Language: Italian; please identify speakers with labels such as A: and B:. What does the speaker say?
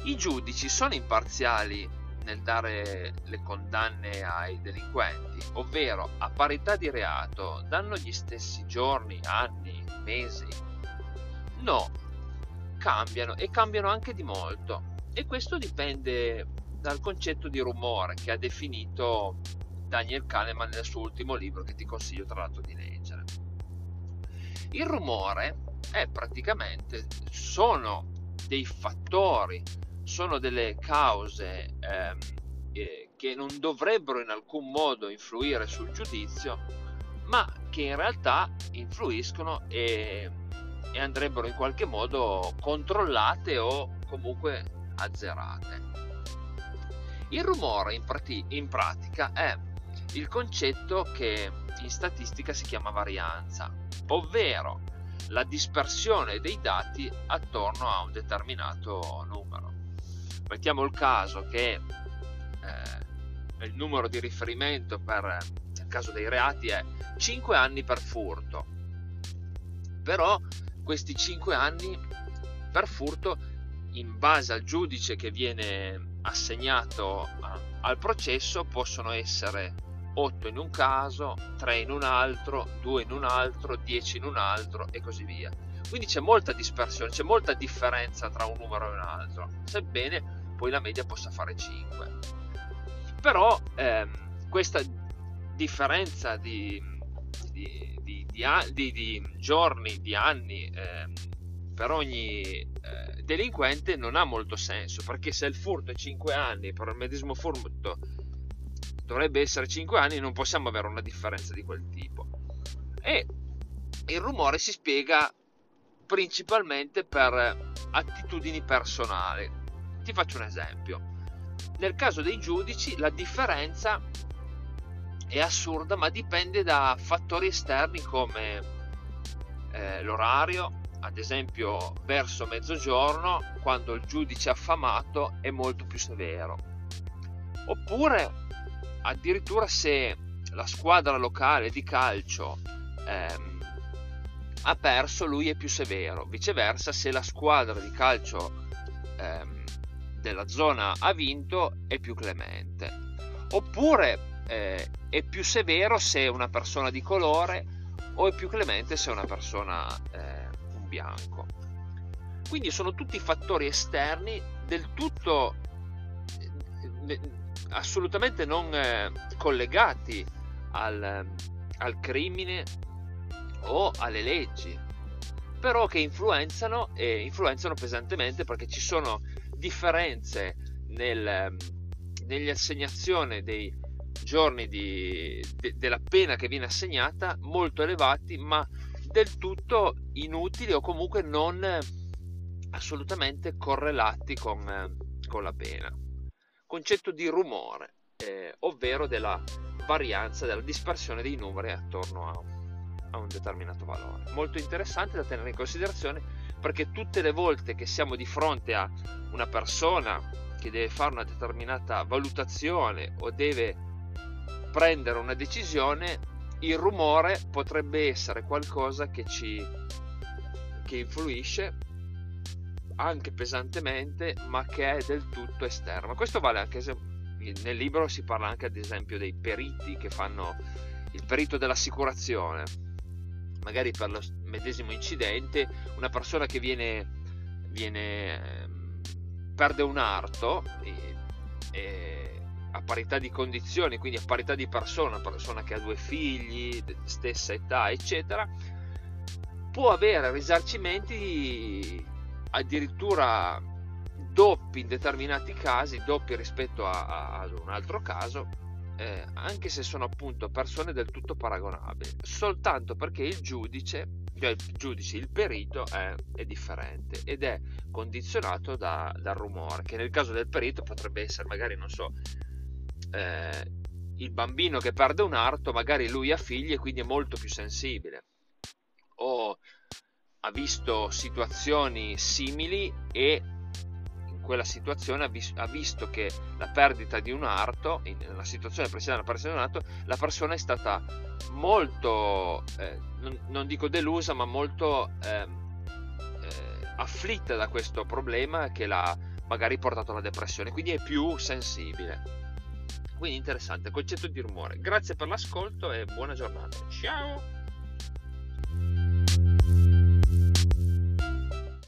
A: I giudici sono imparziali nel dare le condanne ai delinquenti, ovvero a parità di reato danno gli stessi giorni, anni, mesi? No, cambiano e cambiano anche di molto, e questo dipende dal concetto di rumore che ha definito Daniel Kahneman nel suo ultimo libro, che ti consiglio tra l'altro di leggere. Il rumore è praticamente, sono dei fattori, sono delle cause che non dovrebbero in alcun modo influire sul giudizio, ma che in realtà influiscono e andrebbero in qualche modo controllate o comunque azzerate. Il rumore in pratica è il concetto che in statistica si chiama varianza, ovvero la dispersione dei dati attorno a un determinato numero. Mettiamo il caso che il numero di riferimento per il caso dei reati è 5 anni per furto, però questi 5 anni per furto, in base al giudice che viene assegnato al processo, possono essere 8 in un caso, 3 in un altro, 2 in un altro, 10 in un altro e così via. Quindi c'è molta dispersione, c'è molta differenza tra un numero e un altro, sebbene poi la media possa fare 5. Però questa differenza di giorni, di anni per ogni delinquente non ha molto senso, perché se il furto è 5 anni, per il medesimo furto dovrebbe essere 5 anni, non possiamo avere una differenza di quel tipo. E il rumore si spiega principalmente per attitudini personali. Ti faccio un esempio. Nel caso dei giudici la differenza è assurda, ma dipende da fattori esterni come l'orario. Ad esempio, verso mezzogiorno, quando il giudice affamato è molto più severo, oppure addirittura se la squadra locale di calcio ha perso, lui è più severo. Viceversa, se la squadra di calcio della zona ha vinto, è più clemente. Oppure è più severo se è una persona di colore, o è più clemente se è una persona un bianco. Quindi sono tutti fattori esterni, del tutto assolutamente non collegati al crimine o alle leggi, però che influenzano pesantemente, perché ci sono differenze nell'assegnazione dei giorni della pena che viene assegnata molto elevati, ma del tutto inutili o comunque non assolutamente correlati con la pena. Concetto di rumore, ovvero della varianza, della dispersione dei numeri attorno a un determinato valore. Molto interessante da tenere in considerazione, perché tutte le volte che siamo di fronte a una persona che deve fare una determinata valutazione o deve prendere una decisione, il rumore potrebbe essere qualcosa che influisce anche pesantemente, ma che è del tutto esterno. Questo vale anche se nel libro si parla anche ad esempio dei periti che fanno il perito dell'assicurazione. Magari per lo medesimo incidente una persona che perde un arto e a parità di condizioni, quindi a parità di persona che ha 2 figli, stessa età, eccetera, può avere risarcimenti addirittura doppi in determinati casi, doppi rispetto ad un altro caso, anche se sono appunto persone del tutto paragonabili, soltanto perché il perito è differente ed è condizionato dal rumore, che nel caso del perito potrebbe essere magari, non so, il bambino che perde un arto, magari lui ha figli e quindi è molto più sensibile, o ha visto situazioni simili e in quella situazione ha visto che la perdita di un arto, nella situazione precedente alla perdita di un arto, la persona è stata molto, non dico delusa, ma molto afflitta da questo problema, che l'ha magari portato alla depressione, quindi è più sensibile. Quindi interessante il concetto di rumore. Grazie per l'ascolto e buona giornata. Ciao!